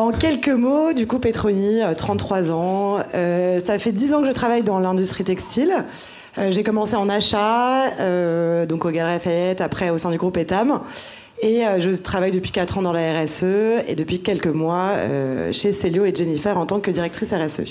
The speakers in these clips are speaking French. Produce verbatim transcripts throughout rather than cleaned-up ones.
En quelques mots, du coup, Petroni, trente-trois ans. Euh, ça fait dix ans que je travaille dans l'industrie textile. Euh, j'ai commencé en achat, euh, donc au Galeries Lafayette, après au sein du groupe Etam. Et euh, je travaille depuis quatre ans dans la R S E et depuis quelques mois euh, chez Célio et Jennifer en tant que directrice R S E.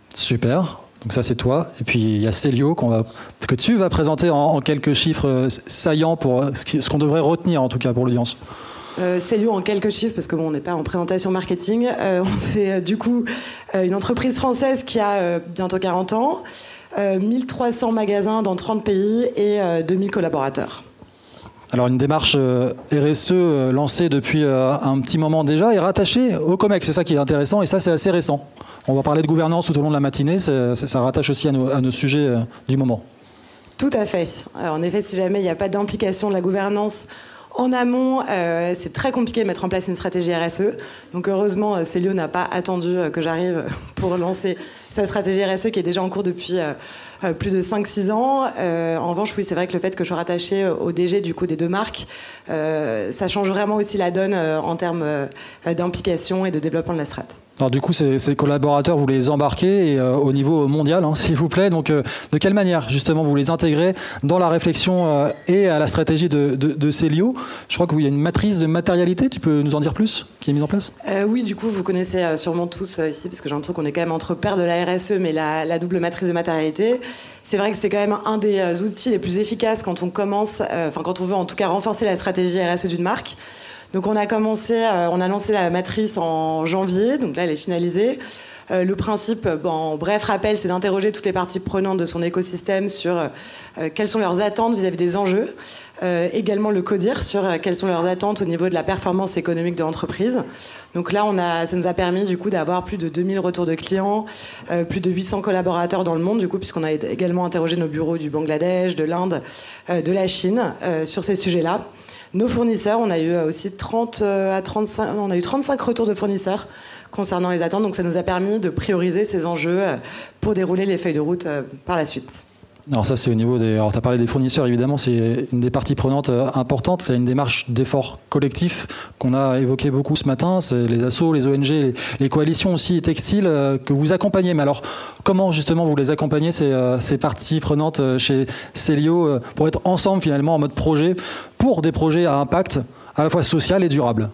Super. Donc ça, c'est toi. Et puis, il y a Célio qu'on va, que tu vas présenter en, en quelques chiffres saillants pour ce, qui, ce qu'on devrait retenir, en tout cas, pour l'audience. Euh, Célio en quelques chiffres, parce que bon, on n'est pas en présentation marketing. Euh, c'est euh, du coup euh, une entreprise française qui a euh, bientôt quarante ans, euh, mille trois cents magasins dans trente pays et euh, deux mille collaborateurs. Alors une démarche euh, R S E euh, lancée depuis euh, un petit moment déjà et rattachée au COMEX, c'est ça qui est intéressant et ça c'est assez récent. On va parler de gouvernance tout au long de la matinée, c'est, c'est, ça rattache aussi à nos, à nos sujets euh, du moment. Tout à fait. Alors, en effet, si jamais il n'y a pas d'implication de la gouvernance en amont, euh, c'est très compliqué de mettre en place une stratégie R S E. Donc heureusement, Célio n'a pas attendu que j'arrive pour lancer sa stratégie R S E qui est déjà en cours depuis euh, euh, plus de cinq six ans. Euh, en revanche, oui, c'est vrai que le fait que je sois rattachée au D G du coup, des deux marques, euh, ça change vraiment aussi la donne euh, en termes euh, d'implication et de développement de la strate. Alors du coup, ces, ces collaborateurs, vous les embarquez et, euh, au niveau mondial, hein, s'il vous plaît. Donc, euh, de quelle manière, justement, vous les intégrez dans la réflexion euh, et à la stratégie de, de, de Célio? Je crois qu'il y a une matrice de matérialité. Tu peux nous en dire plus, qui est mise en place? euh, Oui, du coup, vous connaissez euh, sûrement tous euh, ici, parce que j'ai l'impression qu'on est quand même entre pairs de la R S E, mais la, la double matrice de matérialité. C'est vrai que c'est quand même un des euh, outils les plus efficaces quand on commence, euh, enfin quand on veut en tout cas renforcer la stratégie R S E d'une marque. Donc on a commencé, euh, on a lancé la matrice en janvier, donc là elle est finalisée. Euh, le principe, bon, en bref rappel, c'est d'interroger toutes les parties prenantes de son écosystème sur euh, quelles sont leurs attentes vis-à-vis des enjeux. Euh, également le codir sur euh, quelles sont leurs attentes au niveau de la performance économique de l'entreprise. Donc là, on a, ça nous a permis du coup d'avoir plus de deux mille retours de clients, euh, plus de huit cents collaborateurs dans le monde, du coup, puisqu'on a également interrogé nos bureaux du Bangladesh, de l'Inde, euh, de la Chine euh, sur ces sujets-là. Nos fournisseurs, on a eu aussi trente à trente-cinq, on a eu trente-cinq retours de fournisseurs concernant les attentes. Donc ça nous a permis de prioriser ces enjeux pour dérouler les feuilles de route par la suite. Alors ça, c'est au niveau des... Alors tu as parlé des fournisseurs, évidemment, c'est une des parties prenantes importantes. Il y a une démarche d'effort collectif qu'on a évoqué beaucoup ce matin. C'est les assos, les O N G, les, les coalitions aussi textiles euh, que vous accompagnez. Mais alors, comment justement vous les accompagnez, ces, euh, ces parties prenantes euh, chez Célio, euh, pour être ensemble finalement en mode projet, pour des projets à impact à la fois social et durable?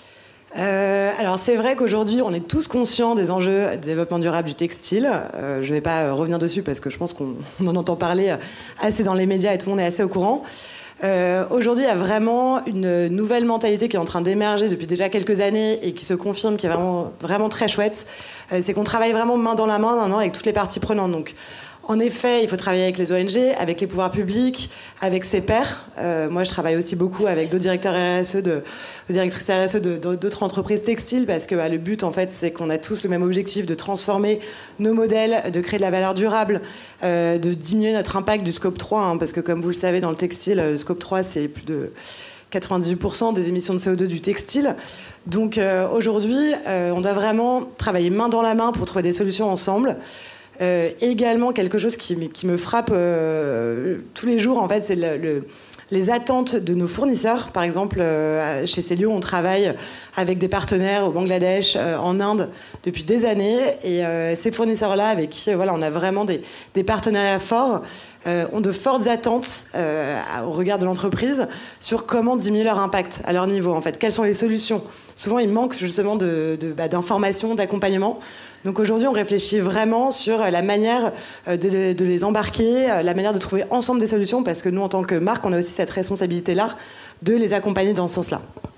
Euh, alors c'est vrai qu'aujourd'hui on est tous conscients des enjeux de développement durable du textile. Euh, je ne vais pas euh, revenir dessus parce que je pense qu'on on en entend parler assez dans les médias et tout le monde est assez au courant. Euh, aujourd'hui il y a vraiment une nouvelle mentalité qui est en train d'émerger depuis déjà quelques années et qui se confirme, qui est vraiment, vraiment très chouette. Euh, c'est qu'on travaille vraiment main dans la main maintenant avec toutes les parties prenantes. Donc, en effet, il faut travailler avec les O N G, avec les pouvoirs publics, avec ses pairs. Euh, moi, je travaille aussi beaucoup avec d'autres directeurs R S E, de, de directrices R S E de, de, d'autres entreprises textiles, parce que bah, le but, en fait, c'est qu'on a tous le même objectif de transformer nos modèles, de créer de la valeur durable, euh, de diminuer notre impact du scope trois, hein, parce que comme vous le savez, dans le textile, le scope trois, c'est plus de quatre-vingt-dix-huit pour cent des émissions de C O deux du textile. Donc euh, aujourd'hui, euh, on doit vraiment travailler main dans la main pour trouver des solutions ensemble. Euh, également, quelque chose qui, qui me frappe euh, tous les jours, en fait, c'est le, le, les attentes de nos fournisseurs. Par exemple, euh, chez Célio, on travaille avec des partenaires au Bangladesh, euh, en Inde, depuis des années. Et euh, ces fournisseurs-là, avec qui euh, voilà, on a vraiment des, des partenariats forts, euh, ont de fortes attentes euh, au regard de l'entreprise sur comment diminuer leur impact à leur niveau. En fait, quelles sont les solutions? Souvent, il manque justement de, de, bah, d'informations, d'accompagnement. Donc aujourd'hui, on réfléchit vraiment sur la manière de, de les embarquer, la manière de trouver ensemble des solutions, parce que nous, en tant que marque, on a aussi cette responsabilité-là de les accompagner dans ce sens-là.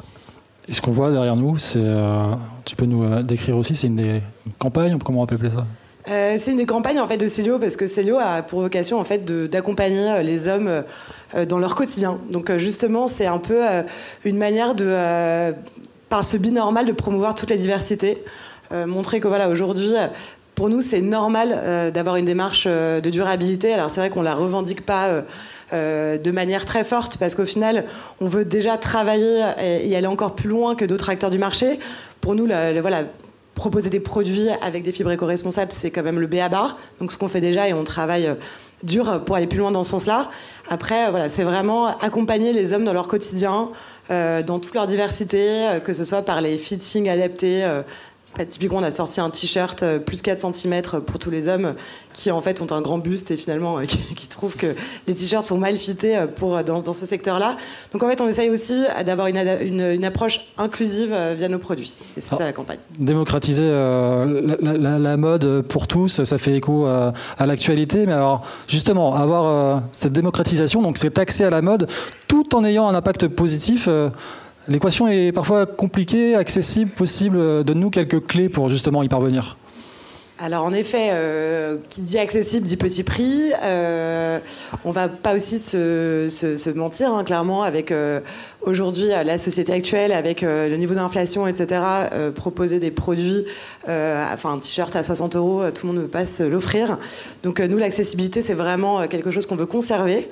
Et ce qu'on voit derrière nous, c'est, euh, tu peux nous euh, décrire aussi, c'est une, des, une campagne, comment on peut appeler ça? Euh, c'est une des campagnes en fait de Célio, parce que Célio a pour vocation en fait de, d'accompagner les hommes euh, dans leur quotidien. Donc euh, justement, c'est un peu euh, une manière de, euh, par ce binormal, de promouvoir toute la diversité. Euh, montrer que voilà, aujourd'hui, pour nous, c'est normal euh, d'avoir une démarche euh, de durabilité. Alors c'est vrai qu'on la revendique pas euh, euh, de manière très forte, parce qu'au final, on veut déjà travailler et, et aller encore plus loin que d'autres acteurs du marché. Pour nous, le, le, voilà, proposer des produits avec des fibres éco-responsables, c'est quand même le b a ba. Donc ce qu'on fait déjà, et on travaille euh, dur pour aller plus loin dans ce sens-là. Après, euh, voilà, c'est vraiment accompagner les hommes dans leur quotidien, euh, dans toute leur diversité, euh, que ce soit par les fittings adaptés, euh, Bah, typiquement, on a sorti un t-shirt euh, plus quatre centimètres pour tous les hommes qui, en fait, ont un grand buste et finalement, euh, qui, qui trouvent que les t-shirts sont mal fités pour, dans, dans ce secteur-là. Donc, en fait, on essaye aussi d'avoir une, une, une approche inclusive euh, via nos produits. Et c'est ça la campagne. Démocratiser euh, la, la, la mode pour tous, ça fait écho à, à l'actualité. Mais alors, justement, avoir euh, cette démocratisation, donc cet accès à la mode, tout en ayant un impact positif, euh, l'équation est parfois compliquée, accessible, possible. Donne-nous quelques clés pour justement y parvenir. Alors en effet, euh, qui dit accessible dit petit prix. Euh, on va pas aussi se, se, se mentir, hein, clairement, avec euh, aujourd'hui la société actuelle, avec euh, le niveau d'inflation, et cetera. Euh, proposer des produits, euh, enfin un t-shirt à soixante euros, tout le monde ne peut pas se l'offrir. Donc euh, nous, l'accessibilité, c'est vraiment quelque chose qu'on veut conserver.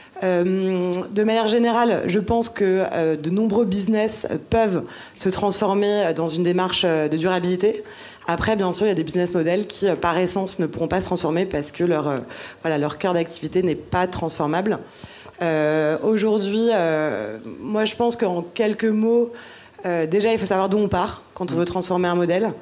Euh, de manière générale, je pense que euh, de nombreux business peuvent se transformer dans une démarche de durabilité. Après, bien sûr, il y a des business models qui, par essence, ne pourront pas se transformer parce que leur, euh, voilà, leur cœur d'activité n'est pas transformable. Euh, aujourd'hui, euh, moi, je pense qu'en quelques mots, euh, déjà, il faut savoir d'où on part quand on veut transformer un modèle.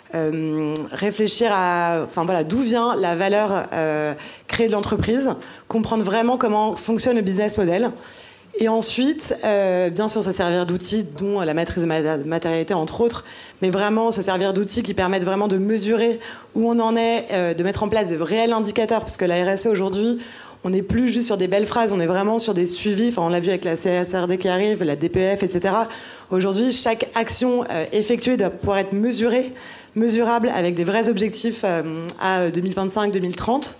Euh, réfléchir à enfin, voilà, d'où vient la valeur euh, créée de l'entreprise, comprendre vraiment comment fonctionne le business model. Et ensuite, euh, bien sûr, se servir d'outils, dont la maîtrise de matérialité, entre autres, mais vraiment se servir d'outils qui permettent vraiment de mesurer où on en est, euh, de mettre en place des réels indicateurs, parce que la R S E, aujourd'hui, on n'est plus juste sur des belles phrases, on est vraiment sur des suivis. Enfin, on l'a vu avec la C S R D qui arrive, la D P F, et cetera. Aujourd'hui, chaque action euh, effectuée doit pouvoir être mesurée, mesurable, avec des vrais objectifs euh, à deux mille vingt-cinq deux mille trente.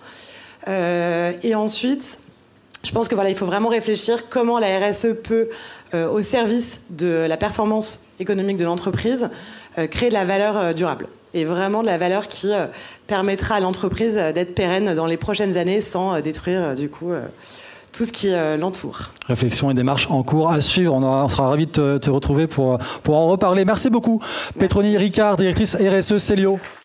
Euh, et ensuite... Je pense que voilà, il faut vraiment réfléchir comment la R S E peut, euh, au service de la performance économique de l'entreprise, euh, créer de la valeur euh, durable. Et vraiment de la valeur qui euh, permettra à l'entreprise d'être pérenne dans les prochaines années sans euh, détruire euh, du coup euh, tout ce qui euh, l'entoure. Réflexion et démarche en cours à suivre. On, aura, on sera ravis de te, te retrouver pour, pour en reparler. Merci beaucoup. Merci. Pétronie Ricard, directrice R S E Célio.